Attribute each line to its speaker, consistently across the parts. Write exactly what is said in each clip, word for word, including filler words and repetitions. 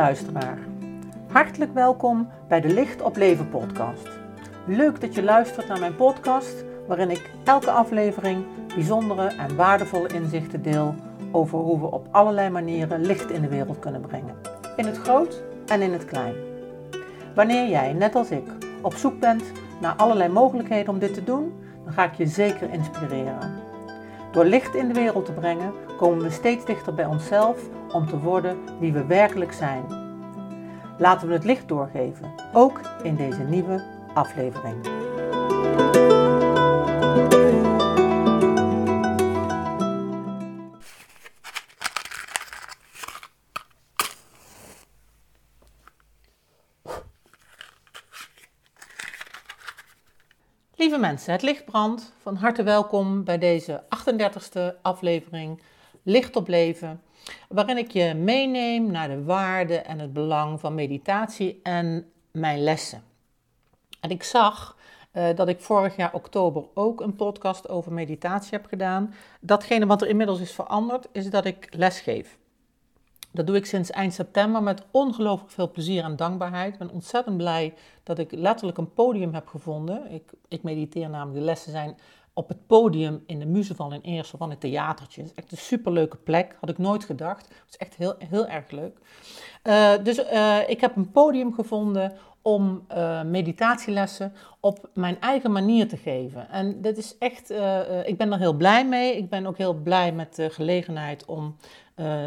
Speaker 1: luisteraar, hartelijk welkom bij de Licht op Leven podcast. Leuk dat je luistert naar mijn podcast, waarin ik elke aflevering bijzondere en waardevolle inzichten deel over hoe we op allerlei manieren licht in de wereld kunnen brengen. In het groot en in het klein. Wanneer jij, net als ik, op zoek bent naar allerlei mogelijkheden om dit te doen, dan ga ik je zeker inspireren. Door licht in de wereld te brengen, komen we steeds dichter bij onszelf om te worden wie we werkelijk zijn. Laten we het licht doorgeven, ook in deze nieuwe aflevering. Lieve mensen, het licht brandt. Van harte welkom bij deze achtendertigste aflevering Licht op Leven, waarin ik je meeneem naar de waarde en het belang van meditatie en mijn lessen. En ik zag uh, dat ik vorig jaar oktober ook een podcast over meditatie heb gedaan. Datgene wat er inmiddels is veranderd, is dat ik lesgeef. Dat doe ik sinds eind september met ongelooflijk veel plezier en dankbaarheid. Ik ben ontzettend blij dat ik letterlijk een podium heb gevonden. Ik, ik mediteer namelijk, de lessen zijn op het podium in de Muzeval in Eersel van het theatertje. Het is echt een superleuke plek, had ik nooit gedacht. Het is echt heel, heel erg leuk. Uh, dus uh, ik heb een podium gevonden om uh, meditatielessen op mijn eigen manier te geven. En dit is echt, uh, uh, ik ben er heel blij mee. Ik ben ook heel blij met de gelegenheid om... Uh,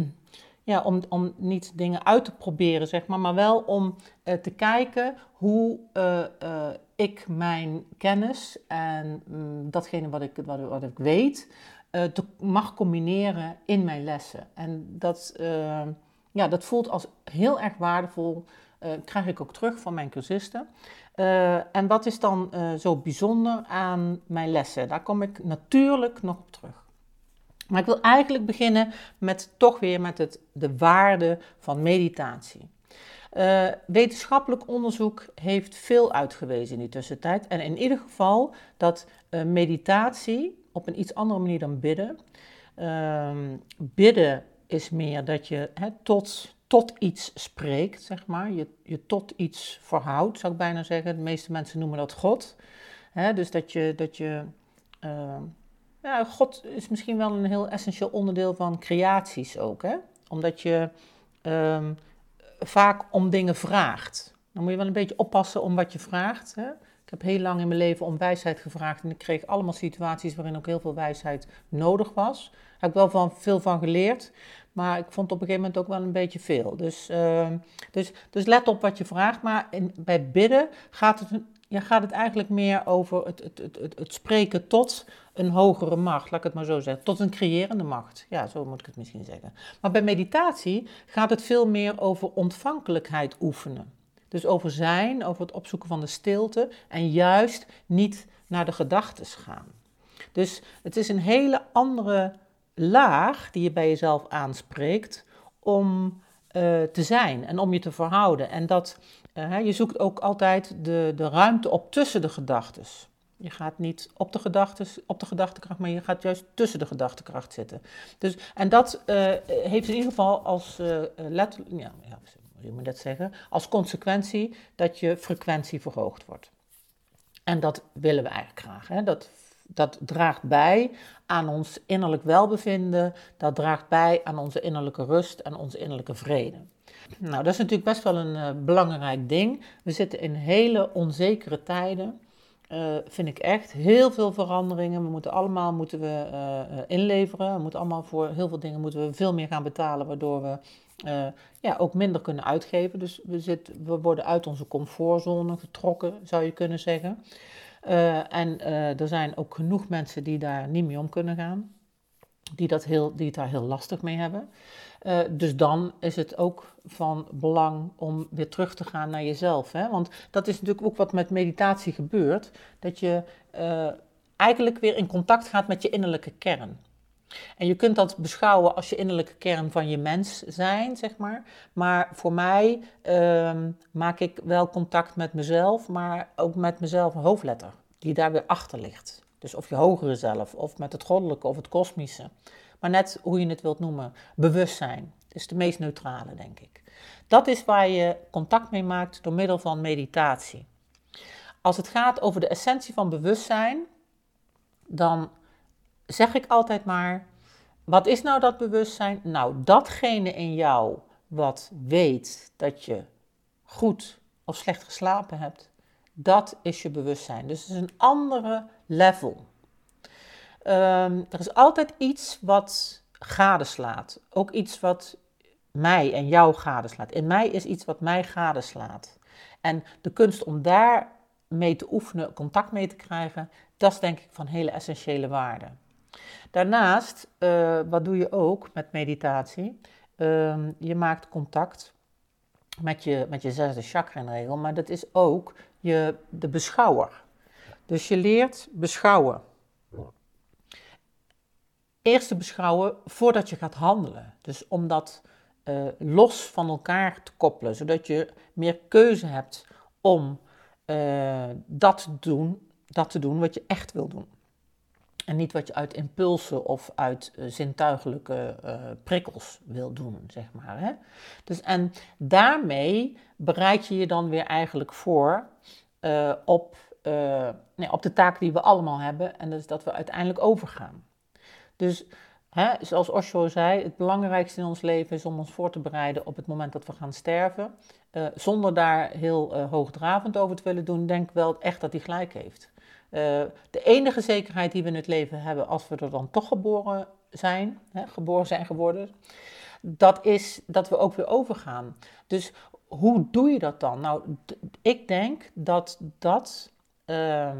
Speaker 1: Ja, om, om niet dingen uit te proberen, zeg maar, maar wel om uh, te kijken hoe uh, uh, ik mijn kennis en um, datgene wat ik, wat, wat ik weet, uh, te, mag combineren in mijn lessen. En dat, uh, ja, dat voelt als heel erg waardevol, uh, krijg ik ook terug van mijn cursisten. Uh, en wat is dan uh, zo bijzonder aan mijn lessen? Daar kom ik natuurlijk nog op terug. Maar ik wil eigenlijk beginnen met toch weer met het, de waarde van meditatie. Uh, wetenschappelijk onderzoek heeft veel uitgewezen in die tussentijd. En in ieder geval dat uh, meditatie op een iets andere manier dan bidden. Uh, bidden is meer dat je he, tot, tot iets spreekt, zeg maar. Je, je tot iets verhoudt, zou ik bijna zeggen. De meeste mensen noemen dat God. He, dus dat je... Dat je uh, Ja, God is misschien wel een heel essentieel onderdeel van creaties ook, hè? Omdat je um, vaak om dingen vraagt. Dan moet je wel een beetje oppassen om wat je vraagt, hè? Ik heb heel lang in mijn leven om wijsheid gevraagd en ik kreeg allemaal situaties waarin ook heel veel wijsheid nodig was. Daar heb ik wel van, veel van geleerd, maar ik vond het op een gegeven moment ook wel een beetje veel. Dus, uh, dus, dus let op wat je vraagt, maar in, bij bidden gaat het... Ja, gaat het eigenlijk meer over het, het, het, het, het spreken tot een hogere macht, laat ik het maar zo zeggen, tot een creërende macht. Ja, zo moet ik het misschien zeggen. Maar bij meditatie gaat het veel meer over ontvankelijkheid oefenen. Dus over zijn, over het opzoeken van de stilte en juist niet naar de gedachten gaan. Dus het is een hele andere laag die je bij jezelf aanspreekt om uh, te zijn en om je te verhouden. En dat... Uh, je zoekt ook altijd de, de ruimte op tussen de gedachtes. Je gaat niet op de, gedachtes, op de gedachtekracht, maar je gaat juist tussen de gedachtekracht zitten. Dus, en dat uh, heeft in ieder geval als, uh, let, ja, ja, hoe moet je dat zeggen, als consequentie dat je frequentie verhoogd wordt. En dat willen we eigenlijk graag. Hè? Dat, dat draagt bij aan ons innerlijk welbevinden, dat draagt bij aan onze innerlijke rust en onze innerlijke vrede. Nou, dat is natuurlijk best wel een uh, belangrijk ding. We zitten in hele onzekere tijden, uh, vind ik echt. Heel veel veranderingen. We moeten allemaal moeten we, uh, uh, inleveren. We moeten allemaal voor heel veel dingen moeten we veel meer gaan betalen, waardoor we uh, ja, ook minder kunnen uitgeven. Dus we, zit, we worden uit onze comfortzone getrokken, zou je kunnen zeggen. Uh, en uh, er zijn ook genoeg mensen die daar niet mee om kunnen gaan. Die, dat heel, die het daar heel lastig mee hebben. Uh, dus dan is het ook van belang om weer terug te gaan naar jezelf. Hè? Want dat is natuurlijk ook wat met meditatie gebeurt. Dat je uh, eigenlijk weer in contact gaat met je innerlijke kern. En je kunt dat beschouwen als je innerlijke kern van je mens zijn, zeg maar. Maar voor mij uh, maak ik wel contact met mezelf, maar ook met mezelf een hoofdletter. Die daar weer achter ligt. Dus of je hogere zelf, of met het goddelijke of het kosmische. Maar net hoe je het wilt noemen, bewustzijn. Het is de meest neutrale, denk ik. Dat is waar je contact mee maakt door middel van meditatie. Als het gaat over de essentie van bewustzijn, dan zeg ik altijd maar, wat is nou dat bewustzijn? Nou, datgene in jou wat weet dat je goed of slecht geslapen hebt, dat is je bewustzijn. Dus het is een andere level. Um, er is altijd iets wat gadeslaat. Ook iets wat mij en jou gadeslaat. In mij is iets wat mij gadeslaat. En de kunst om daar mee te oefenen, contact mee te krijgen, dat is denk ik van hele essentiële waarde. Daarnaast, uh, wat doe je ook met meditatie? Uh, je maakt contact met je, met je zesde chakra in de regel, maar dat is ook je, de beschouwer. Dus je leert beschouwen. Eerst te beschouwen voordat je gaat handelen. Dus om dat uh, los van elkaar te koppelen, zodat je meer keuze hebt om uh, dat, te doen, dat te doen wat je echt wil doen. En niet wat je uit impulsen of uit uh, zintuigelijke uh, prikkels wil doen, zeg maar. Hè? Dus, en daarmee bereid je je dan weer eigenlijk voor uh, op, uh, nee, op de taak die we allemaal hebben. En dat is dat we uiteindelijk overgaan. Dus hè, zoals Osho zei, het belangrijkste in ons leven is om ons voor te bereiden op het moment dat we gaan sterven. Uh, zonder daar heel uh, hoogdravend over te willen doen, denk ik wel echt dat hij gelijk heeft. Uh, de enige zekerheid die we in het leven hebben als we er dan toch geboren zijn, hè, geboren zijn geworden, dat is dat we ook weer overgaan. Dus hoe doe je dat dan? Nou, d- ik denk dat dat, uh,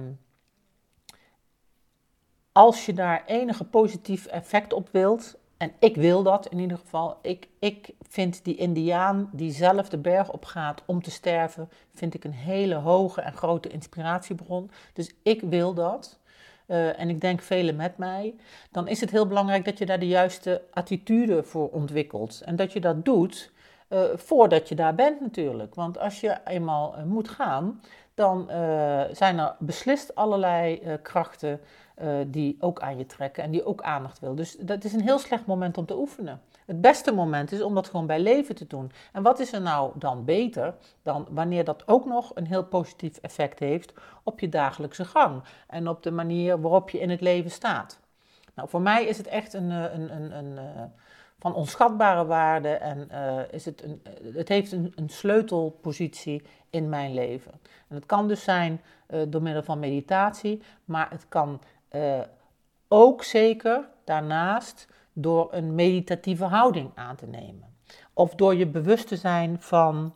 Speaker 1: als je daar enige positief effect op wilt, en ik wil dat in ieder geval, ik, ik vind die indiaan die zelf de berg opgaat om te sterven, vind ik een hele hoge en grote inspiratiebron. Dus ik wil dat. Uh, en ik denk velen met mij. Dan is het heel belangrijk dat je daar de juiste attitude voor ontwikkelt. En dat je dat doet uh, voordat je daar bent natuurlijk. Want als je eenmaal uh, moet gaan, dan uh, zijn er beslist allerlei uh, krachten uh, die ook aan je trekken en die ook aandacht willen. Dus dat is een heel slecht moment om te oefenen. Het beste moment is om dat gewoon bij leven te doen. En wat is er nou dan beter dan wanneer dat ook nog een heel positief effect heeft op je dagelijkse gang en op de manier waarop je in het leven staat. Nou, voor mij is het echt een, een, een, een, een van onschatbare waarde en uh, is het, een, het heeft een, een sleutelpositie in mijn leven. En het kan dus zijn uh, door middel van meditatie, maar het kan uh, ook zeker daarnaast door een meditatieve houding aan te nemen. Of door je bewust te zijn van,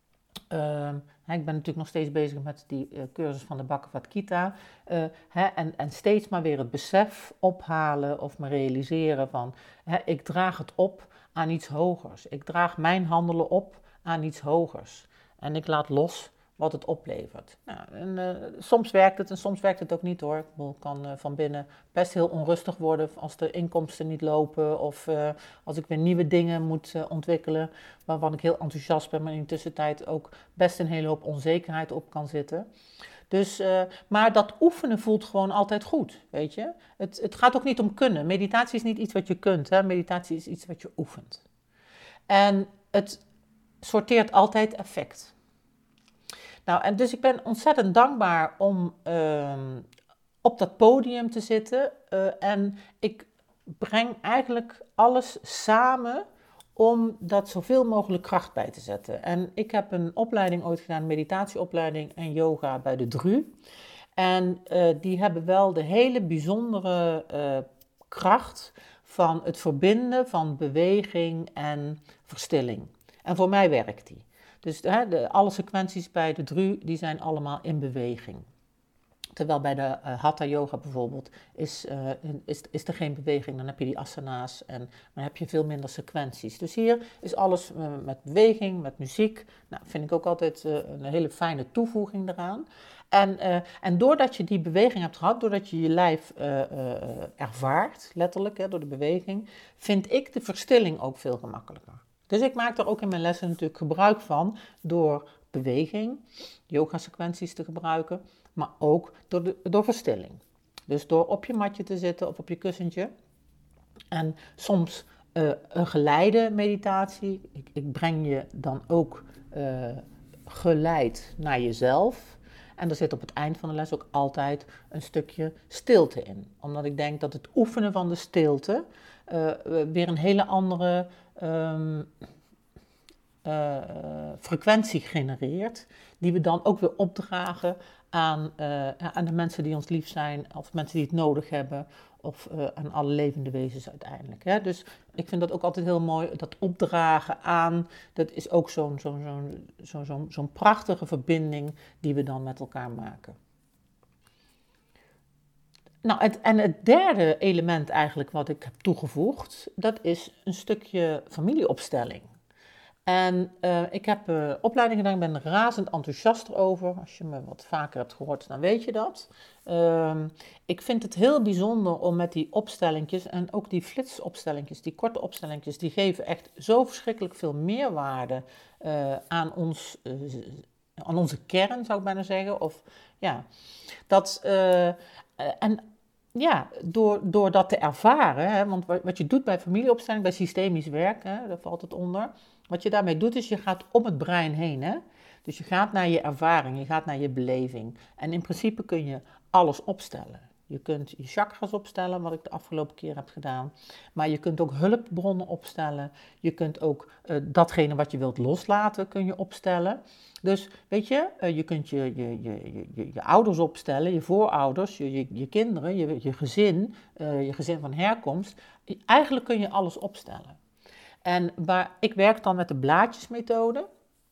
Speaker 1: uh, hè, ik ben natuurlijk nog steeds bezig met die uh, cursus van de Bhagavad Gita, uh, hè, en, en steeds maar weer het besef ophalen of me realiseren van, hè, ik draag het op aan iets hogers. Ik draag mijn handelen op aan iets hogers. En ik laat los wat het oplevert. Nou, en, uh, soms werkt het en soms werkt het ook niet hoor. Ik kan uh, van binnen best heel onrustig worden als de inkomsten niet lopen of uh, als ik weer nieuwe dingen moet uh, ontwikkelen waarvan ik heel enthousiast ben, maar in de tussentijd ook best een hele hoop onzekerheid op kan zitten. Dus, uh, maar dat oefenen voelt gewoon altijd goed, weet je. Het, het gaat ook niet om kunnen. Meditatie is niet iets wat je kunt, hè. Meditatie is iets wat je oefent. En het sorteert altijd effect. Nou, en dus ik ben ontzettend dankbaar om uh, op dat podium te zitten. Uh, en ik breng eigenlijk alles samen om dat zoveel mogelijk kracht bij te zetten. En ik heb een opleiding ooit gedaan, een meditatieopleiding en yoga bij de D R U. En uh, die hebben wel de hele bijzondere uh, kracht van het verbinden van beweging en verstilling. En voor mij werkt die. Dus hè, de, alle sequenties bij de D R U die zijn allemaal in beweging. Terwijl bij de uh, Hatha yoga bijvoorbeeld is, uh, is, is er geen beweging, dan heb je die asana's en dan heb je veel minder sequenties. Dus hier is alles uh, met beweging, met muziek. Nou, vind ik ook altijd uh, een hele fijne toevoeging eraan. En, uh, en doordat je die beweging hebt gehad, doordat je je lijf uh, uh, ervaart, letterlijk hè, door de beweging, vind ik de verstilling ook veel gemakkelijker. Dus ik maak er ook in mijn lessen natuurlijk gebruik van door beweging, yoga-sequenties te gebruiken, maar ook door, de, door verstilling. Dus door op je matje te zitten of op je kussentje en soms uh, een geleide meditatie. Ik, ik breng je dan ook uh, geleid naar jezelf. En er zit op het eind van de les ook altijd een stukje stilte in. Omdat ik denk dat het oefenen van de stilte uh, weer een hele andere um, uh, frequentie genereert. Die we dan ook weer opdragen aan, uh, aan de mensen die ons lief zijn. Of mensen die het nodig hebben. Of uh, aan alle levende wezens uiteindelijk. Hè? Dus ik vind dat ook altijd heel mooi. Dat opdragen aan, dat is ook zo'n, zo'n, zo'n, zo'n, zo'n, zo'n prachtige verbinding die we dan met elkaar maken. Nou, het, en het derde element eigenlijk wat ik heb toegevoegd, dat is een stukje familieopstelling. En uh, ik heb uh, opleiding gedaan, ik ben er razend enthousiast over. Als je me wat vaker hebt gehoord, dan weet je dat. Uh, ik vind het heel bijzonder om met die opstellingjes en ook die flitsopstellingjes, die korte opstellingjes, die geven echt zo verschrikkelijk veel meerwaarde uh, aan, ons, uh, aan onze kern, zou ik bijna zeggen. Of ja, dat... Uh, en Ja, door, door dat te ervaren, hè, want wat, wat je doet bij familieopstelling, bij systemisch werk, hè, daar valt het onder. Wat je daarmee doet, is je gaat om het brein heen. Hè? Dus je gaat naar je ervaring, je gaat naar je beleving. En in principe kun je alles opstellen. Je kunt je chakras opstellen, wat ik de afgelopen keer heb gedaan. Maar je kunt ook hulpbronnen opstellen. Je kunt ook uh, datgene wat je wilt loslaten, kun je opstellen. Dus weet je, uh, je kunt je, je, je, je, je ouders opstellen, je voorouders, je, je, je kinderen, je, je gezin, uh, je gezin van herkomst. Eigenlijk kun je alles opstellen. En waar, ik werk dan met de blaadjesmethode,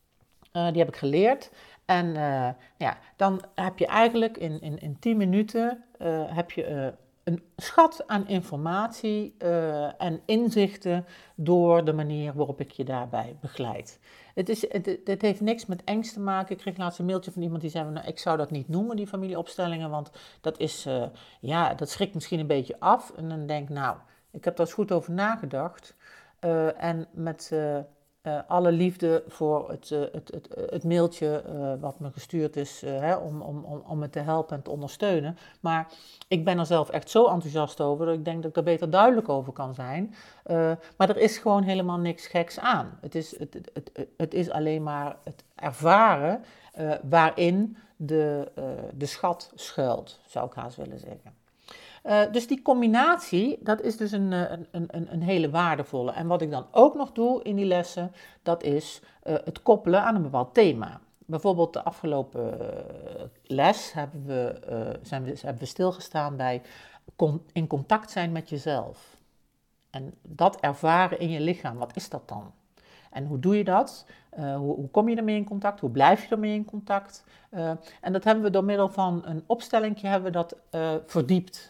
Speaker 1: uh, die heb ik geleerd. En uh, ja, dan heb je eigenlijk in, in, in tien minuten uh, heb je, uh, een schat aan informatie uh, en inzichten door de manier waarop ik je daarbij begeleid. Het, is, het, het heeft niks met angst te maken. Ik kreeg laatst een mailtje van iemand die zei, nou, ik zou dat niet noemen, die familieopstellingen, want dat, is, uh, ja, dat schrikt misschien een beetje af. En dan denk ik, nou, ik heb daar eens goed over nagedacht. Uh, en met uh, uh, alle liefde voor het, uh, het, het, het mailtje uh, wat me gestuurd is uh, hè, om, om, om, om me te helpen en te ondersteunen. Maar ik ben er zelf echt zo enthousiast over dat ik denk dat ik er beter duidelijk over kan zijn. Uh, maar er is gewoon helemaal niks geks aan. Het is, het, het, het, het is alleen maar het ervaren uh, waarin de, uh, de schat schuilt, zou ik haast willen zeggen. Uh, dus die combinatie, dat is dus een, een, een, een hele waardevolle. En wat ik dan ook nog doe in die lessen, dat is uh, het koppelen aan een bepaald thema. Bijvoorbeeld de afgelopen uh, les hebben we, uh, zijn we, hebben we stilgestaan bij con- in contact zijn met jezelf. En dat ervaren in je lichaam, wat is dat dan? En hoe doe je dat? Uh, hoe, hoe kom je ermee in contact? Hoe blijf je ermee in contact? Uh, en dat hebben we door middel van een opstellingje hebben we dat uh, verdiept.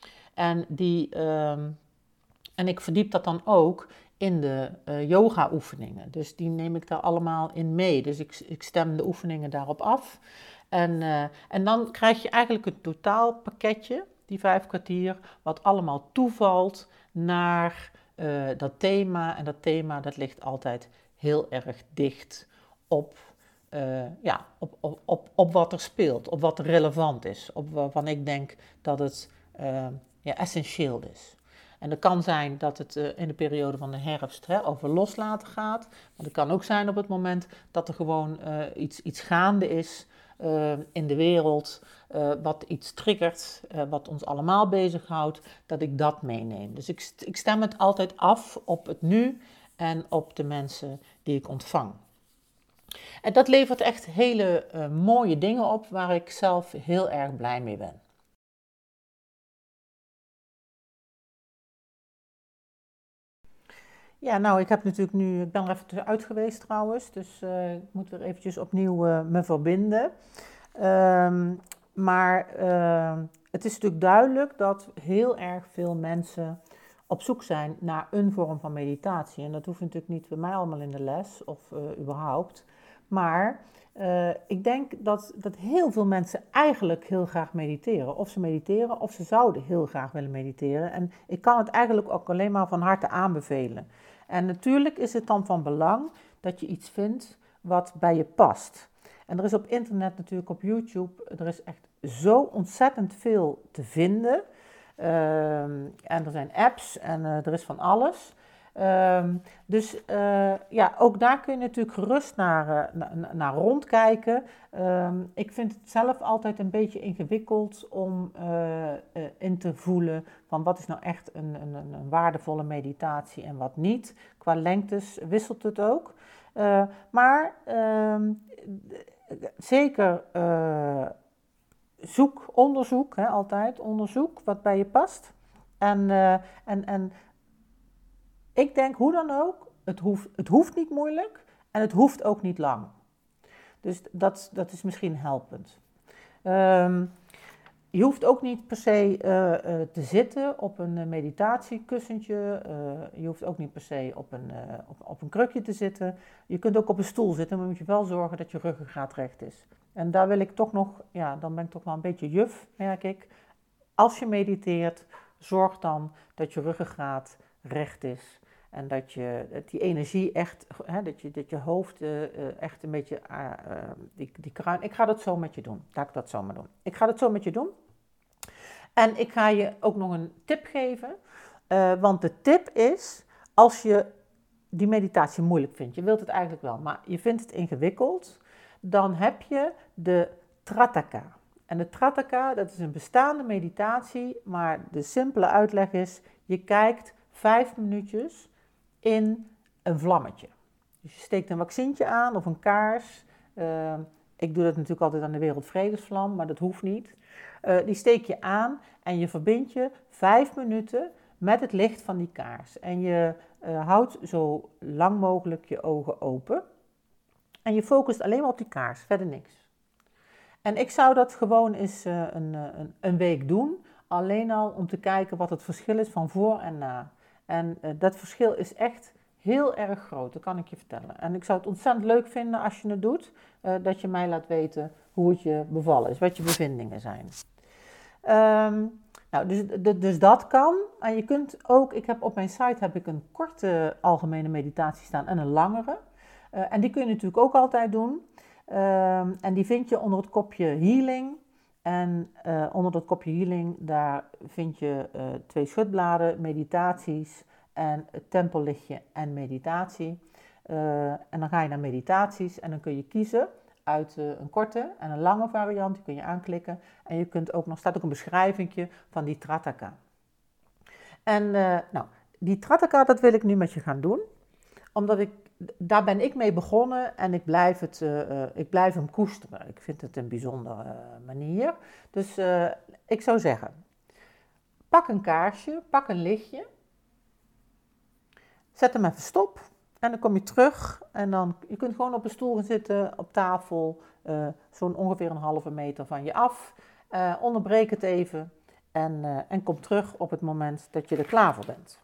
Speaker 1: En, die, um, en ik verdiep dat dan ook in de uh, yoga-oefeningen. Dus die neem ik daar allemaal in mee. Dus ik, ik stem de oefeningen daarop af. En, uh, en dan krijg je eigenlijk een totaalpakketje, die vijf kwartier, wat allemaal toevalt naar uh, dat thema. En dat thema dat ligt altijd heel erg dicht op, uh, ja, op, op, op, op wat er speelt, op wat relevant is. Op waarvan ik denk dat het... Uh, Ja, essentieel is. En het kan zijn dat het uh, in de periode van de herfst hè, over loslaten gaat. Maar het kan ook zijn op het moment dat er gewoon uh, iets, iets gaande is uh, in de wereld. Uh, wat iets triggert, uh, wat ons allemaal bezighoudt, dat ik dat meeneem. Dus ik, ik stem het altijd af op het nu en op de mensen die ik ontvang. En dat levert echt hele uh, mooie dingen op waar ik zelf heel erg blij mee ben. Ja, nou, ik heb natuurlijk nu, ik ben er even tussenuit geweest trouwens, dus uh, ik moet weer eventjes opnieuw uh, me verbinden. Um, maar uh, het is natuurlijk duidelijk dat heel erg veel mensen op zoek zijn naar een vorm van meditatie. En dat hoeft natuurlijk niet bij mij allemaal in de les of uh, überhaupt. Maar uh, ik denk dat, dat heel veel mensen eigenlijk heel graag mediteren. Of ze mediteren of ze zouden heel graag willen mediteren. En ik kan het eigenlijk ook alleen maar van harte aanbevelen. En natuurlijk is het dan van belang dat je iets vindt wat bij je past. En er is op internet natuurlijk, op YouTube, er is echt zo ontzettend veel te vinden. Uh, en er zijn apps en uh, er is van alles. Um, dus uh, ja, ook daar kun je natuurlijk gerust naar, uh, naar, naar rondkijken. Um, ik vind het zelf altijd een beetje ingewikkeld om uh, uh, in te voelen van wat is nou echt een, een, een waardevolle meditatie en wat niet. Qua lengtes wisselt het ook. Uh, maar um, zeker uh, zoek, onderzoek, hè, altijd onderzoek wat bij je past. En, uh, en, en ik denk hoe dan ook, het hoeft, het hoeft niet moeilijk en het hoeft ook niet lang. Dus dat, dat is misschien helpend. Um, je hoeft ook niet per se uh, uh, te zitten op een meditatiekussentje. Uh, je hoeft ook niet per se op een, uh, op, op een krukje te zitten. Je kunt ook op een stoel zitten, maar moet je wel zorgen dat je ruggengraat recht is. En daar wil ik toch nog, ja, dan ben ik toch wel een beetje juf, merk ik. Als je mediteert, zorg dan dat je ruggengraat recht is. En dat je dat die energie echt, hè, dat, je, dat je hoofd uh, echt een beetje, uh, uh, die, die kruin. Ik ga dat zo met je doen. Laat ik dat zo maar doen. Ik ga dat zo met je doen. En ik ga je ook nog een tip geven. Uh, want de tip is, als je die meditatie moeilijk vindt, je wilt het eigenlijk wel, maar je vindt het ingewikkeld, dan heb je de Trataka. En de Trataka, dat is een bestaande meditatie, maar de simpele uitleg is, je kijkt vijf minuutjes in een vlammetje. Dus je steekt een vaccientje aan of een kaars. Uh, ik doe dat natuurlijk altijd aan de Wereldvredesvlam, maar dat hoeft niet. Uh, die steek je aan en je verbindt je vijf minuten met het licht van die kaars. En je uh, houdt zo lang mogelijk je ogen open. En je focust alleen maar op die kaars, verder niks. En ik zou dat gewoon eens uh, een, een, een week doen. Alleen al om te kijken wat het verschil is van voor en na. En uh, dat verschil is echt heel erg groot, dat kan ik je vertellen. En ik zou het ontzettend leuk vinden als je het doet, uh, dat je mij laat weten hoe het je bevallen is, wat je bevindingen zijn. Um, nou, dus, dus dat kan. En je kunt ook, ik heb op mijn site heb ik een korte algemene meditatie staan en een langere. Uh, en die kun je natuurlijk ook altijd doen. Um, en die vind je onder het kopje healing. En uh, onder dat kopje healing, daar vind je uh, twee schutbladen, meditaties en het tempellichtje en meditatie. Uh, en dan ga je naar meditaties en dan kun je kiezen uit uh, een korte en een lange variant. Die kun je aanklikken. En je kunt ook nog, staat ook een beschrijving van die Trataka. En uh, nou, die Trataka, dat wil ik nu met je gaan doen. Omdat ik, daar ben ik mee begonnen en ik blijf, het, uh, uh, ik blijf hem koesteren. Ik vind het een bijzondere uh, manier. Dus uh, ik zou zeggen, pak een kaarsje, pak een lichtje. Zet hem even stop en dan kom je terug. En dan, je kunt gewoon op een stoel gaan zitten, op tafel, uh, zo'n ongeveer een halve meter van je af. Uh, onderbreek het even en, uh, en kom terug op het moment dat je er klaar voor bent.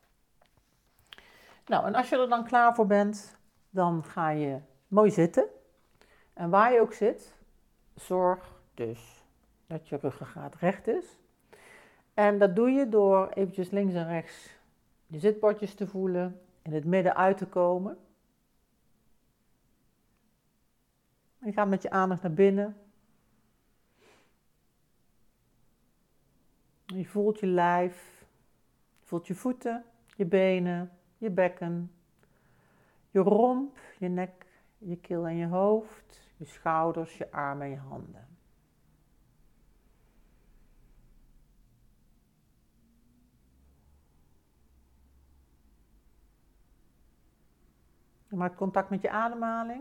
Speaker 1: Nou, en als je er dan klaar voor bent, dan ga je mooi zitten. En waar je ook zit, zorg dus dat je ruggengraat recht is. En dat doe je door eventjes links en rechts je zitbordjes te voelen, in het midden uit te komen. Je gaat met je aandacht naar binnen. Je voelt je lijf, je voelt je voeten, je benen, je bekken, je romp, je nek, je keel en je hoofd, je schouders, je armen en je handen. Je maakt contact met je ademhaling.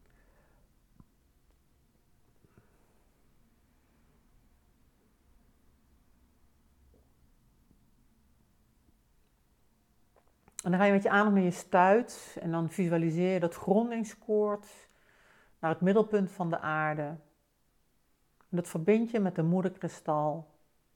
Speaker 1: En dan ga je met je aandacht naar je stuit en dan visualiseer je dat grondingskoord naar het middelpunt van de aarde. En dat verbind je met de moederkristal.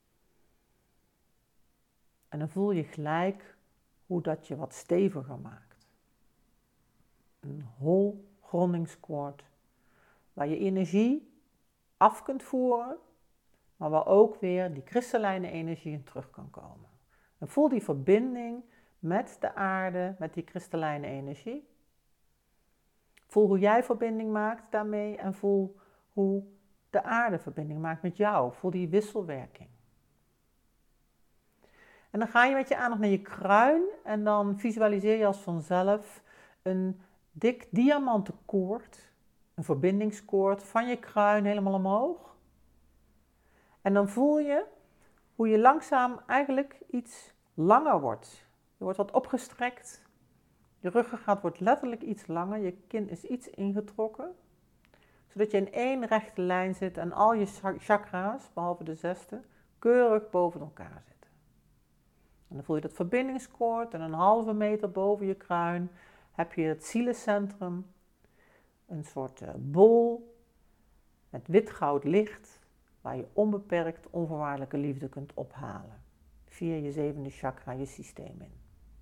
Speaker 1: En dan voel je gelijk hoe dat je wat steviger maakt. Een hol grondingskoord waar je energie af kunt voeren, maar waar ook weer die kristallijne energie in terug kan komen. En voel die verbinding met de aarde, met die kristallijne energie. Voel hoe jij verbinding maakt daarmee en voel hoe de aarde verbinding maakt met jou. Voel die wisselwerking. En dan ga je met je aandacht naar je kruin en dan visualiseer je als vanzelf een dik diamanten koord, een verbindingskoord van je kruin helemaal omhoog. En dan voel je hoe je langzaam eigenlijk iets langer wordt. Je wordt wat opgestrekt, je ruggengraat wordt letterlijk iets langer, je kin is iets ingetrokken, zodat je in één rechte lijn zit en al je chakra's, behalve de zesde, keurig boven elkaar zitten. En dan voel je dat verbindingskoord en een halve meter boven je kruin heb je het zielencentrum, een soort uh, bol met wit-goud licht, waar je onbeperkt onvoorwaardelijke liefde kunt ophalen, via je zevende chakra je systeem in.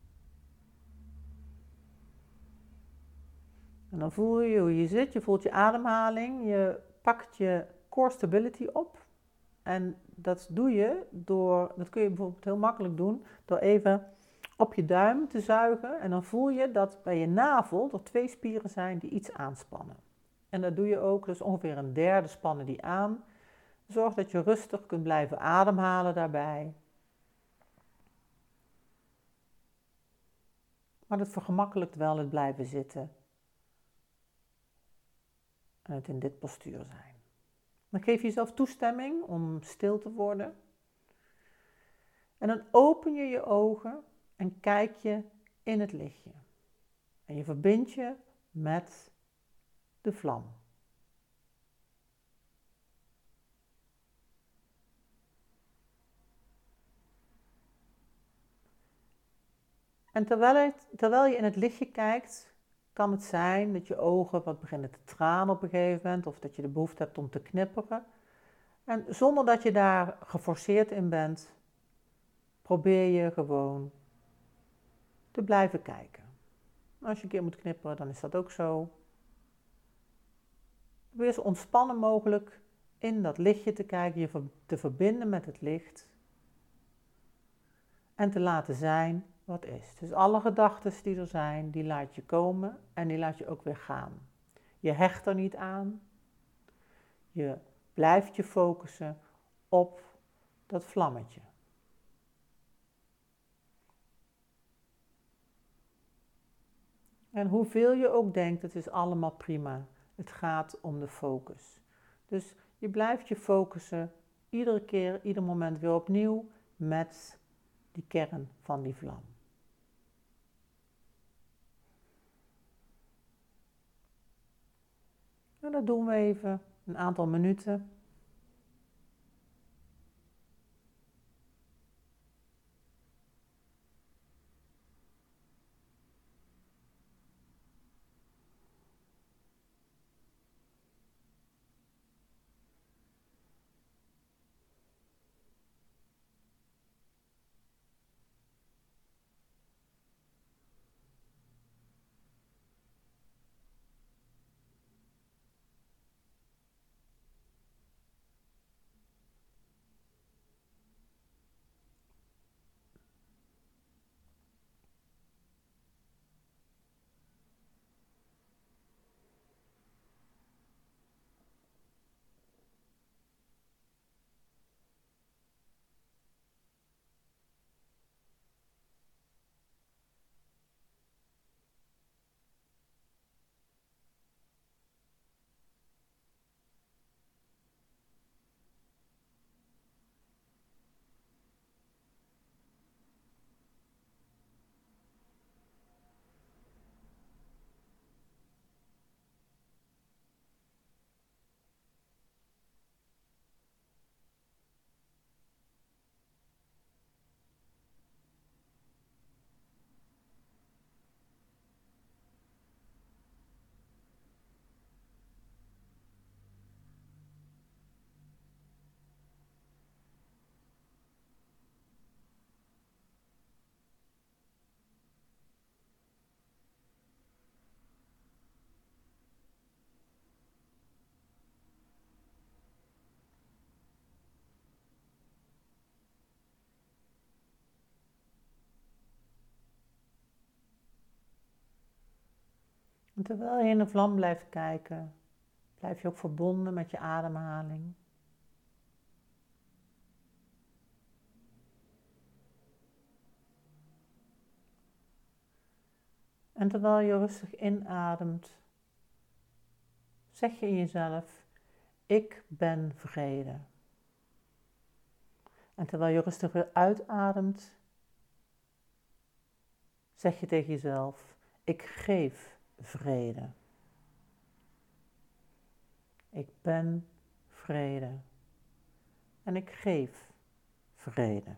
Speaker 1: En dan voel je hoe je zit, je voelt je ademhaling, je pakt je core stability op. En dat doe je door, dat kun je bijvoorbeeld heel makkelijk doen, door even op je duim te zuigen. En dan voel je dat bij je navel er twee spieren zijn die iets aanspannen. En dat doe je ook, dus ongeveer een derde spannen die aan. Zorg dat je rustig kunt blijven ademhalen daarbij. Maar dat vergemakkelijkt wel het blijven zitten. En het in dit postuur zijn. Dan geef je jezelf toestemming om stil te worden. En dan open je je ogen en kijk je in het lichtje. En je verbindt je met de vlam. En terwijl, het, terwijl je in het lichtje kijkt, kan het zijn dat je ogen wat beginnen te tranen op een gegeven moment, of dat je de behoefte hebt om te knipperen. En zonder dat je daar geforceerd in bent, probeer je gewoon te blijven kijken. Als je een keer moet knipperen, dan is dat ook zo. Probeer zo ontspannen mogelijk in dat lichtje te kijken, je te verbinden met het licht en te laten zijn wat is. Dus alle gedachten die er zijn, die laat je komen en die laat je ook weer gaan. Je hecht er niet aan. Je blijft je focussen op dat vlammetje. En hoeveel je ook denkt, het is allemaal prima. Het gaat om de focus. Dus je blijft je focussen iedere keer, ieder moment weer opnieuw met die kern van die vlam. En dat doen we even een aantal minuten. En terwijl je in de vlam blijft kijken, blijf je ook verbonden met je ademhaling. En terwijl je rustig inademt, zeg je in jezelf, ik ben vrede. En terwijl je rustig weer uitademt, zeg je tegen jezelf, ik geef vrede. Ik ben vrede. En ik geef vrede.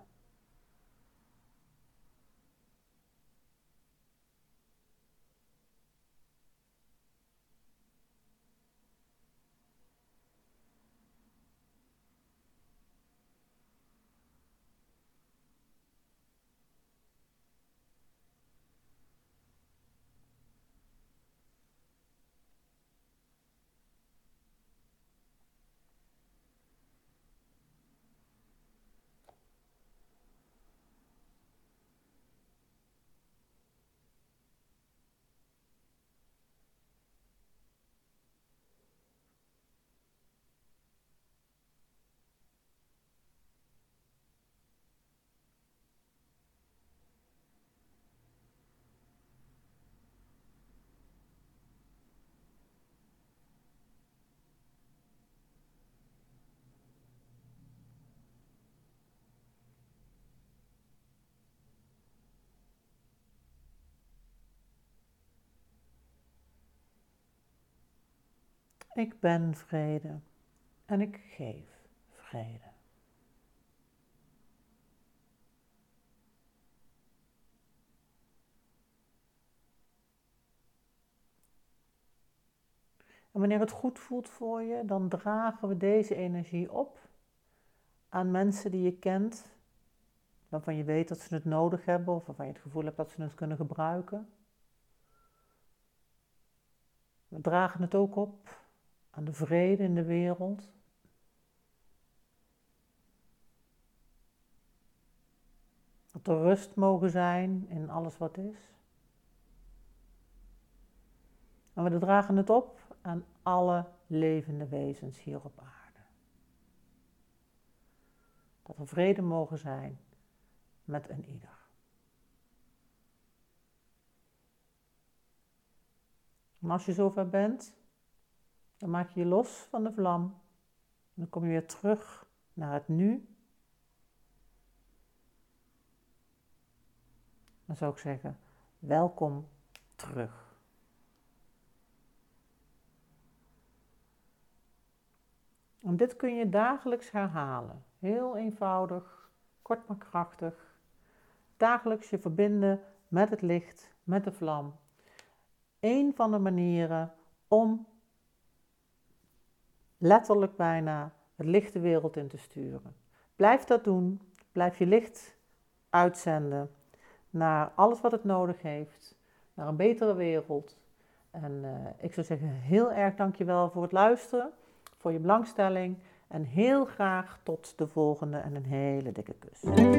Speaker 1: Ik ben vrede en ik geef vrede. En wanneer het goed voelt voor je, dan dragen we deze energie op aan mensen die je kent, waarvan je weet dat ze het nodig hebben of waarvan je het gevoel hebt dat ze het kunnen gebruiken. We dragen het ook op aan de vrede in de wereld. Dat er rust mogen zijn in alles wat is. En we dragen het op aan alle levende wezens hier op aarde. Dat er vrede mogen zijn met een ieder. En als je zover bent, dan maak je je los van de vlam. En dan kom je weer terug naar het nu. Dan zou ik zeggen, welkom terug. En dit kun je dagelijks herhalen. Heel eenvoudig, kort maar krachtig. Dagelijks je verbinden met het licht, met de vlam. Eén van de manieren om letterlijk bijna het licht de wereld in te sturen. Blijf dat doen. Blijf je licht uitzenden naar alles wat het nodig heeft. Naar een betere wereld. En uh, ik zou zeggen, heel erg dankjewel voor het luisteren. Voor je belangstelling. En heel graag tot de volgende en een hele dikke kus.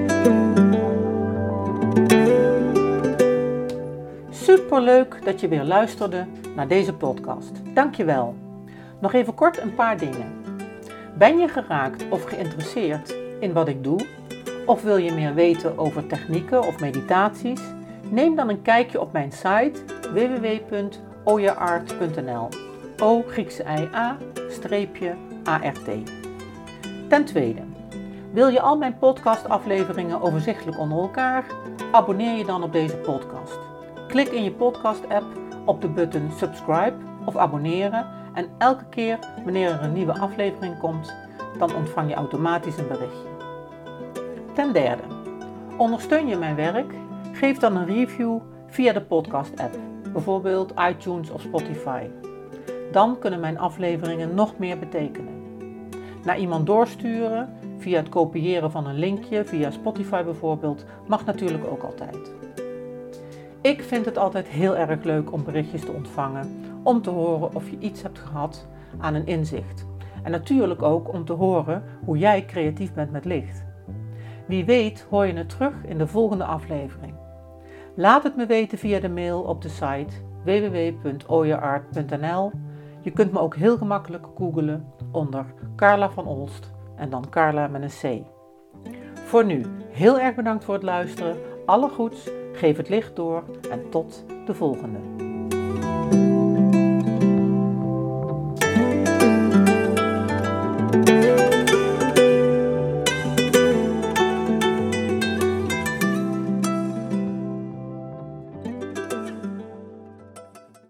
Speaker 1: Superleuk dat je weer luisterde naar deze podcast. Dankjewel. Nog even kort een paar dingen. Ben je geraakt of geïnteresseerd in wat ik doe? Of wil je meer weten over technieken of meditaties? Neem dan een kijkje op mijn site w w w punt oyaart punt n l. O Griekse I A, streepje A R T. Ten tweede, wil je al mijn podcastafleveringen overzichtelijk onder elkaar? Abonneer je dan op deze podcast. Klik in je podcast-app op de button subscribe of abonneren en elke keer wanneer er een nieuwe aflevering komt, dan ontvang je automatisch een berichtje. Ten derde, ondersteun je mijn werk? Geef dan een review via de podcast-app, bijvoorbeeld iTunes of Spotify. Dan kunnen mijn afleveringen nog meer betekenen. Naar iemand doorsturen, via het kopiëren van een linkje, via Spotify bijvoorbeeld, mag natuurlijk ook altijd. Ik vind het altijd heel erg leuk om berichtjes te ontvangen, om te horen of je iets hebt gehad aan een inzicht. En natuurlijk ook om te horen hoe jij creatief bent met licht. Wie weet hoor je het terug in de volgende aflevering. Laat het me weten via de mail op de site w w w punt oyaart punt n l. Je kunt me ook heel gemakkelijk googlen onder Carla van Olst en dan Carla met een C. Voor nu, heel erg bedankt voor het luisteren. Alle goeds Geef het licht door en tot de volgende.